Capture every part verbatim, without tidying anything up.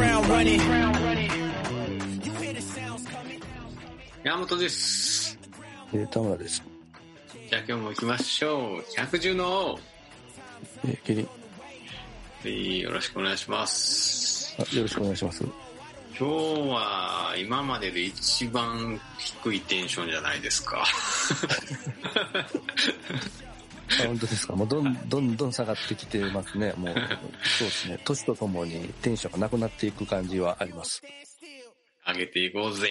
山本です。 えー、田村です。 じゃあ今日も行きましょう。百獣のえー、キリン、 えー、よろしくお願いします。 あ、よろしくお願いします。 今日は今までで一番低いテンションじゃないですか。 あ、本当ですか。もうどんどんどん下がってきてますね。もうそうですね。年とともにテンションがなくなっていく感じはあります。 上げていこうぜ。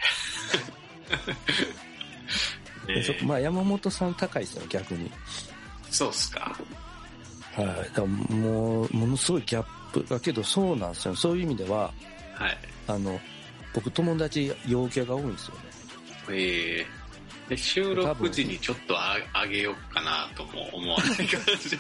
ね、そまあ山本さん高いですよ逆に。 そうっすか。 はい。だからもうものすごいギャップだけどそうなんですよ。そういう意味では、 はい。 あの僕友達陽キャが多いんですよね。 えー、で収録時にちょっとあ上げようかなとも思わない感じ。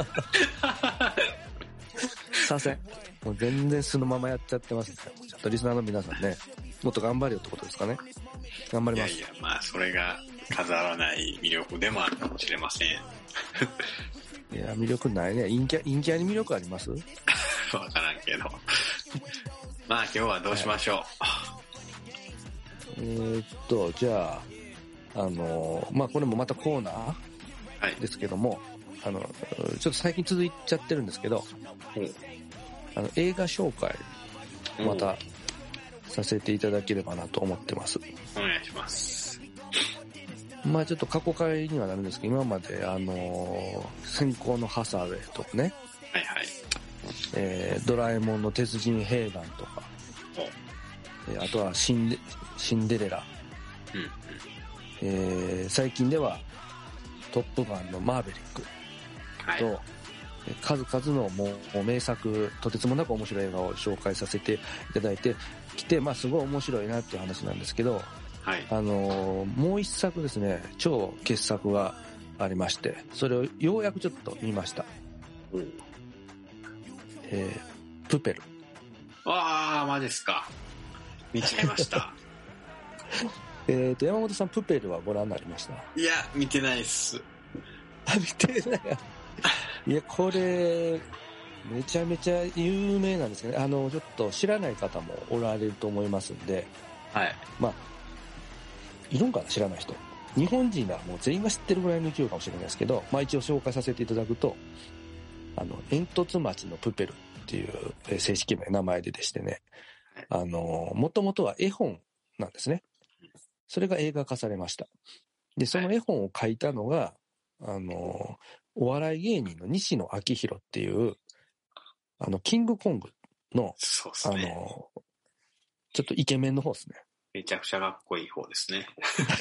させん。もう全然素のままやっちゃってますね。ちょっとリスナーの皆さんね、もっと頑張れよってことですかね。頑張ります。 いやいや、まあそれが飾らない魅力でもあるかもしれません。 いや、魅力ないね。陰キャ、陰キャに魅力あります？ わからんけど。まあ今日はどうしましょう。 はい、えー、っと、じゃあ、あの、まあこれもまたコーナーですけども、はい、あの、ちょっと最近続いちゃってるんですけど、うん、あの映画紹介、またさせていただければなと思ってます。 お願いします。 まあちょっと過去回にはなるんですけど、今まであの先行のハサウェイとかね、 はいはい、 えー、ドラえもんの鉄人兵団とか、えー、あとはシンデ、シンデレラ、うんうん、えー、最近ではトップガンのマーベリックと、はい、数々のもう名作、とてつもなく面白い映画を紹介させていただいてきて、まあすごい面白いなっていう話なんですけど、はい、あのー、もう一作ですね、超傑作がありまして、それをようやくちょっと見ました。うん、えー、プペル。 ああ、マジですか。見ちゃいました。 えっと、山本さん、プペルはご覧になりました？ いや、見てないっす。 あ、見てない。いや、これ、めちゃめちゃ有名なんですけどね、あの、ちょっと知らない方もおられると思いますんで、はい。まあ、いるんかな、知らない人。日本人はもう全員が知ってるぐらいの勢いかもしれないですけど、まあ一応紹介させていただくと、あの、煙突町のプペルっていう正式名、名前ででしてね、あの、もともとは絵本なんですね。それが映画化されました。で、その絵本を書いたのが、あの、お笑い芸人の西野昭弘っていう、あの、キングコングの、 そうですね、 あの、ちょっとイケメンの方ですね。 めちゃくちゃかっこいい方ですね。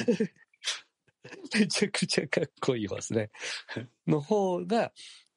めちゃくちゃかっこいい方ですね。の方が、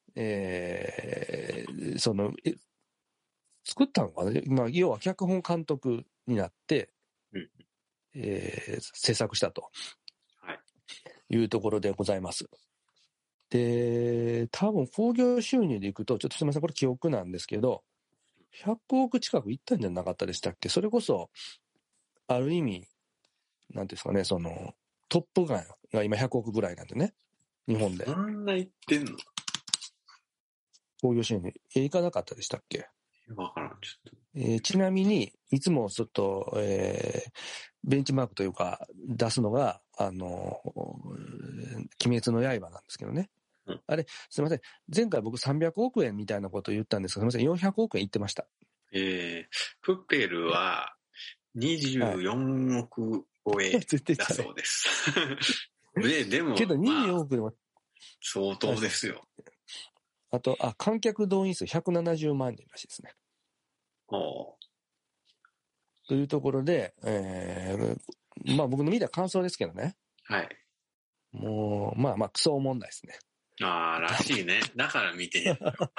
えー、その、作ったのかな、まあ、要は脚本監督になって、うんえー、制作したと、はい、いうところでございます。で、多分興行収入でいくと、ちょっとすみません、これ記憶なんですけど、ひゃくおく近くいったんじゃなかったでしたっけ？それこそ、ある意味、なんですかね、その、トップガンが今ひゃくおくぐらいなんでね、日本で。 そんな言ってんの？ 興行収入、え、いかなかったでしたっけ？ わからん、ちょっと。 えー、ちなみに、いつもちょっと、えー、ベンチマークというか、出すのが、あの、鬼滅の刃なんですけどね。うん、あれ、すいません。前回僕さんびゃくおくえんみたいなことを言ったんですが、すいません。よんひゃくおくえん言ってました。 えー、プペルはにじゅうよんおく超えだそうです。で、でも、 けどにじゅうよんおくでも、まあ、 相当ですよ。 あと、あ、観客動員数ひゃくななじゅうまんにんらしいですね。 おというところで、えー、まあ僕の見た感想ですけどね。はい。もう、まあまあ、クソおもんないですね。 ああ、らしいね。だから見てへんのよ。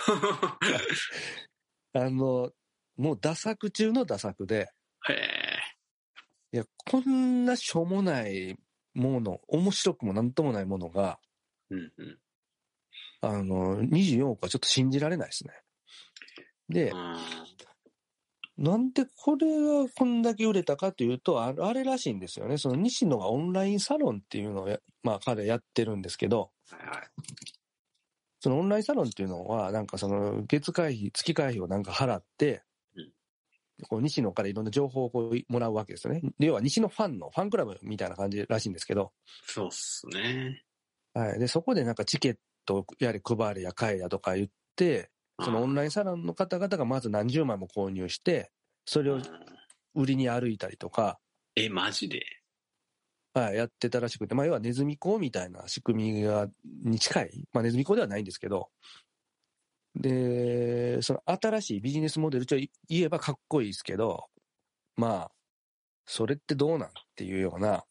あの、もうダ作中のダ作で。へえ。いや、こんなしょうもないもの、面白くもなんともないものが、うんうん、あの、にじゅうよんおくはちょっと信じられないですね。で、なんでこれがこんだけ売れたかというと、あれらしいんですよね。その西野がオンラインサロンっていうのをや、まあ彼やってるんですけど、はいはい、そのオンラインサロンっていうのは、なんかその月会費、月会費をなんか払って、うん、 こう西野からいろんな情報をこうもらうわけですよね。要は西野ファンのファンクラブみたいな感じらしいんですけど。 そうっすね。 はい。で、そこでなんかチケットやれ配れや買えやとか言って、そのオンラインサロンの方々がまず何十枚も購入して、それを売りに歩いたりとか。 え、マジで？ はい、やってたらしくて、まあ要はネズミ講みたいな仕組みが、に近い。まあネズミ講ではないんですけど、で、その新しいビジネスモデルと言えばかっこいいですけど、まあ、それってどうなんっていうような。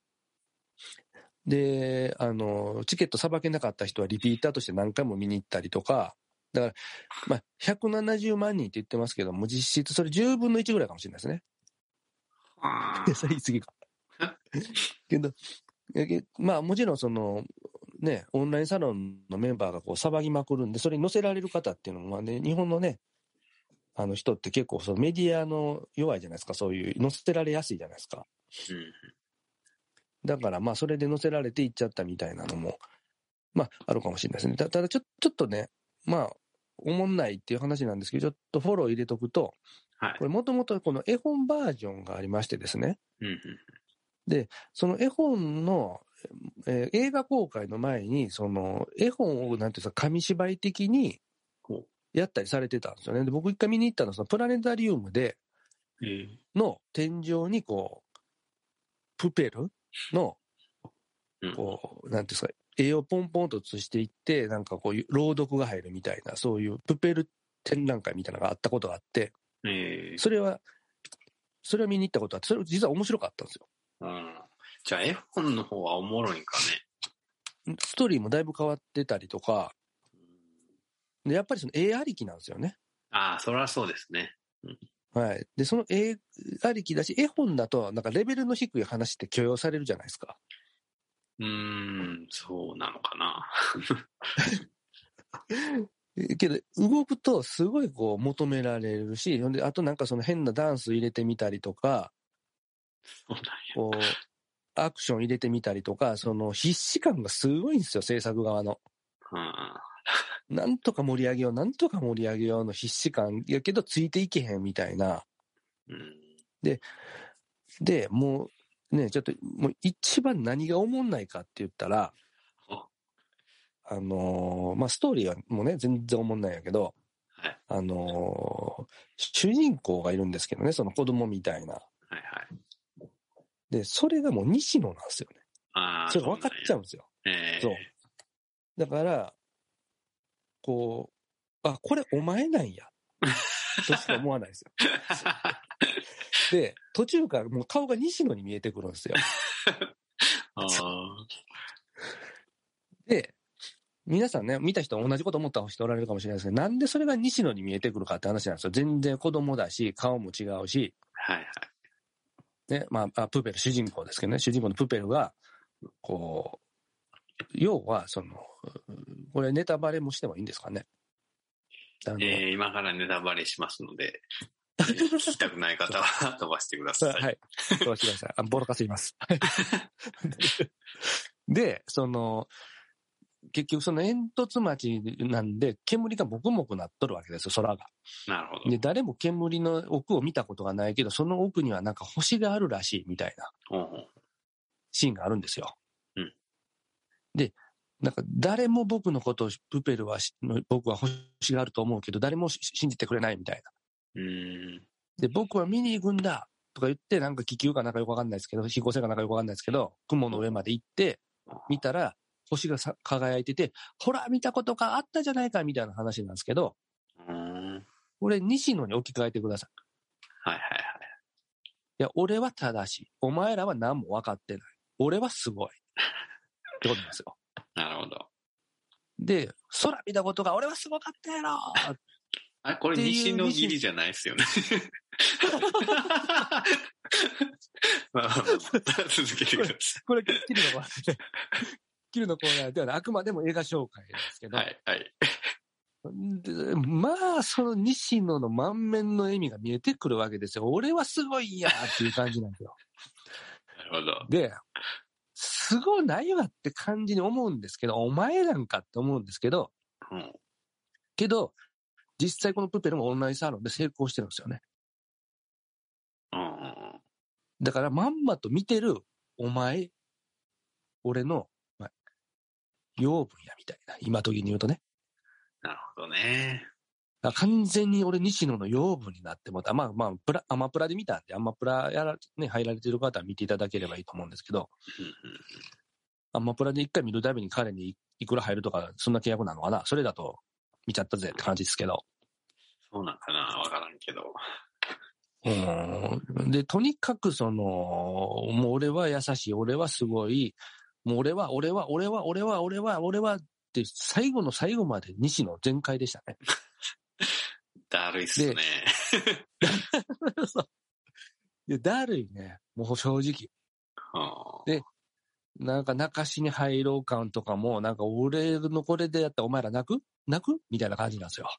で、あの、チケットさばけなかった人はリピーターとして何回も見に行ったりとか、だから、まあ、ひゃくななじゅうまんにんって言ってますけども、実質それじゅうぶんのいちぐらいかもしれないですね。 ああ。それ言い過ぎか。けど、まあもちろんその、ね、オンラインサロンのメンバーがこう騒ぎまくるんで、それに載せられる方っていうのも、まあね、日本のね、あの人って結構そのメディアの弱いじゃないですか、そういう載せられやすいじゃないですか。 うん、 だからまあそれで載せられていっちゃったみたいなのも、まああるかもしれないですね。ただちょ、ちょっとね、まあ、おもんないっていう話なんですけど、ちょっとフォロー入れとくと、 はい、 これもともとこの絵本バージョンがありましてですね。 うんうん、 で、その絵本の、えー、映画公開の前に、その絵本をなんていうか紙芝居的にやったりされてたんですよね。で、僕一回見に行ったのはそのプラネタリウムでの天井にこうプペルのこうなんていうんですか、絵をポンポンと写していってなんかこういう朗読が入るみたいなそういうプペル展覧会みたいなのがあったことがあって、それはそれを見に行ったことがあって、それ実は面白かったんですよ。 うん、じゃあ絵本の方はおもろいんかね。ストーリーもだいぶ変わってたりとか、でやっぱりその絵ありきなんですよね。 ああ、そりゃそうですね。 うん、はい。で、その絵ありきだし、絵本だとなんかレベルの低い話って許容されるじゃないですか。 うーん、そうなのかな。 けど、動くとすごいこう求められるし、あとなんかその変なダンス入れてみたりとか、 そうなんや。 こう、アクション入れてみたりとか、その必死感がすごいんですよ、制作側の。 うん、 なんとか盛り上げよう、なんとか盛り上げようの必死感やけどついていけへんみたいな。 うん、で、 で、もうね、ちょっともう一番何がおもんないかって言ったら、あのー、まあ、ストーリーはもうね、全然おもんないんやけど、 はい、 あのー、主人公がいるんですけどね、その子供みたいな。 はいはい。 で、それがもう西野なんですよね。 ああ、 それが分かっちゃうんですよ。 えー、 そう。だから、こう、あ、これお前なんや。としか思わないですよ。で、途中からもう顔が西野に見えてくるんですよ。 あで、皆さんね、見た人同じこと思った人おられるかもしれないですけど、なんでそれが西野に見えてくるかって話なんですよ。全然子供だし、顔も違うし。 はいはい。 ね、まあ、プペル、主人公ですけどね、主人公のプペルが、こう、要は、その、これネタバレもしてもいいんですかね。 あのえー、今からネタバレしますので、聞きたくない方は飛ばしてください。 はい。飛ばしてください。あ、ボロカス言います。で、その、結局その煙突町なんで、煙がもくもくなっとるわけですよ、空が。 なるほど。 で、誰も煙の奥を見たことがないけど、その奥にはなんか星があるらしいみたいなシーンがあるんですよ。 うん、 で、なんか誰も僕のことをプペルは僕は星があると思うけど誰も信じてくれないみたいな。 うーんで、僕は見に行くんだとか言ってなんか気球かなんかよくわかんないですけど、飛行船かなんかよくわかんないですけど、雲の上まで行って見たら星がさ輝いてて、ほら見たことがあったじゃないかみたいな話なんですけど、 うーんこれ西野に置き換えてください。 はいはいはい。 いや、俺は正しい。お前らは何も分かってない。俺はすごい。ってことですよ。 なるほど。 で、空見たことが俺はすごかったやろあ、これ西野切りじゃないですよね。まあ、続けてください。 これ、これキルのコーナーで、キルのコーナーでは、ね、あくまでも映画紹介ですけど、 はいはい。 でまあ、その西野の満面の笑みが見えてくるわけですよ。俺はすごいやっていう感じなんですよ。 なるほど。 で、すごいないわって感じに思うんですけど、お前なんかって思うんですけど、 うん、 けど、実際このプペルもオンラインサロンで成功してるんですよね。 だからまんまと見てるお前、俺の、まあ、養分やみたいな、今時に言うとね。 なるほどね。 完全に俺西野の養分になってもた。まあまあ、プラ、アマプラで見たんで、アマプラやら、ね、入られてる方は見ていただければいいと思うんですけど、アマプラで一回見るたびに彼にいくら入るとか、そんな契約なのかな。それだと見ちゃったぜって感じですけど。 そうなんかな、わからんけど。 うん。で、とにかくその、もう俺は優しい、俺はすごい、もう俺は、俺は、俺は、俺は、俺は、俺はって、最後の最後まで西野全開でしたね。 だるいっすね。 そう。で、だるいね。もう正直。 はあ、 で、なんか泣かしに入ろう感とかも、なんか俺のこれでやったらお前ら泣く泣くみたいな感じなんですよ。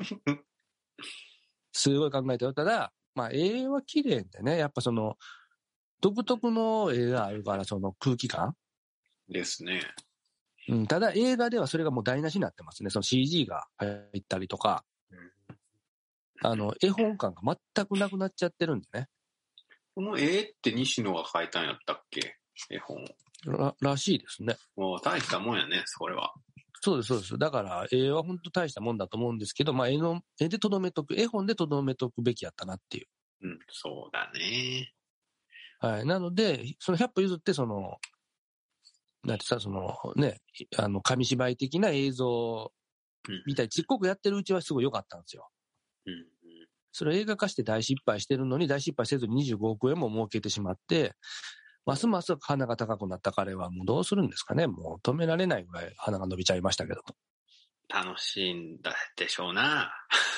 すごい考えておったら、まあ絵は綺麗でね、やっぱその、独特の絵があるから、その空気感ですね。 うん、ただ映画ではそれがもう台無しになってますね。その シージー が入ったりとか、うん、あの、絵本感が全くなくなっちゃってるんでね。 この絵って西野が描いたんやったっけ？絵本。 ら、らしいですね。 もう大したもんやね、それは。 そうです、そうです。だから、絵は本当大したもんだと思うんですけど、まあ、絵の、絵でとどめとく、絵本でとどめとくべきやったなっていう。 うん、そうだね。 はい。なので、そのひゃっぽ譲って、その、なんてさ、そのね、あの、紙芝居的な映像みたいにちっこくやってるうちはすごい良かったんですよ。うんうん、それを映画化して大失敗してるのに、大失敗せずににじゅうごおくえんも儲けてしまって、ますます鼻が高くなった彼はもうどうするんですかね。もう止められないぐらい鼻が伸びちゃいましたけど。 楽しいんだでしょうな。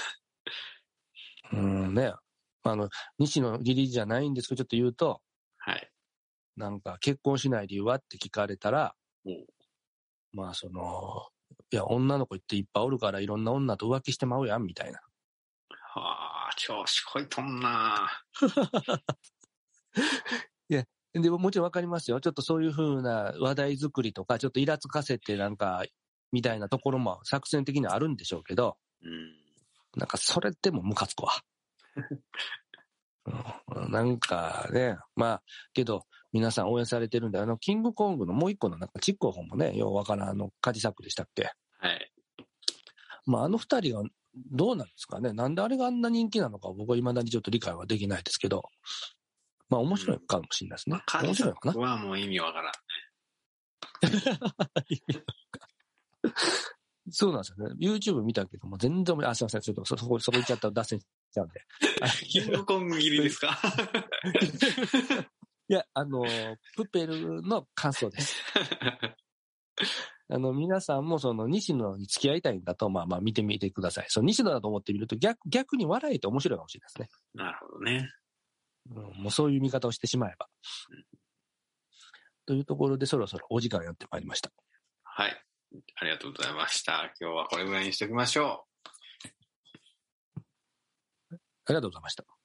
うんね。あの、西野義理じゃないんですけど、ちょっと言うと、 はい。 なんか結婚しない理由はって聞かれたら、まあその、いや、女の子っていっぱいおるからいろんな女と浮気してまうやん、みたいな。 はあ、調子こいとんな。 いや、でももちろんわかりますよ。ちょっとそういう風な話題作りとか、ちょっとイラつかせてなんか、みたいなところも作戦的にはあるんでしょうけど、うん、なんかそれでもムカつくわ。うん、なんかね、まあ、けど、皆さん応援されてるんで、あの、キングコングのもう一個のなんか、ちっこい本もね、ようわからん、あの、カジサックでしたっけ？ はい。 まあ、あの二人がどうなんですかね。なんであれがあんな人気なのか、僕は未だにちょっと理解はできないですけど、まあ、面白いかもしれないですね。うん、まあ、面白いのかな。 僕はもう意味わからんね。そうなんですよね。YouTube 見たけども、全然、あ、すいません、ちょっとそこ、そこ行っちゃったら脱線しちゃうんで。 キングコング切りですか？ いや、あの、プペルの感想です。あの、皆さんもその西野に付き合いたいんだと、まあまあ見てみてください。その西野だと思ってみると逆、逆に笑えて面白いかもしれないですね。 なるほどね。 うん、もうそういう見方をしてしまえば。うん、というところでそろそろお時間やってまいりました。 はい。ありがとうございました。今日はこれぐらいにしておきましょう。 ありがとうございました。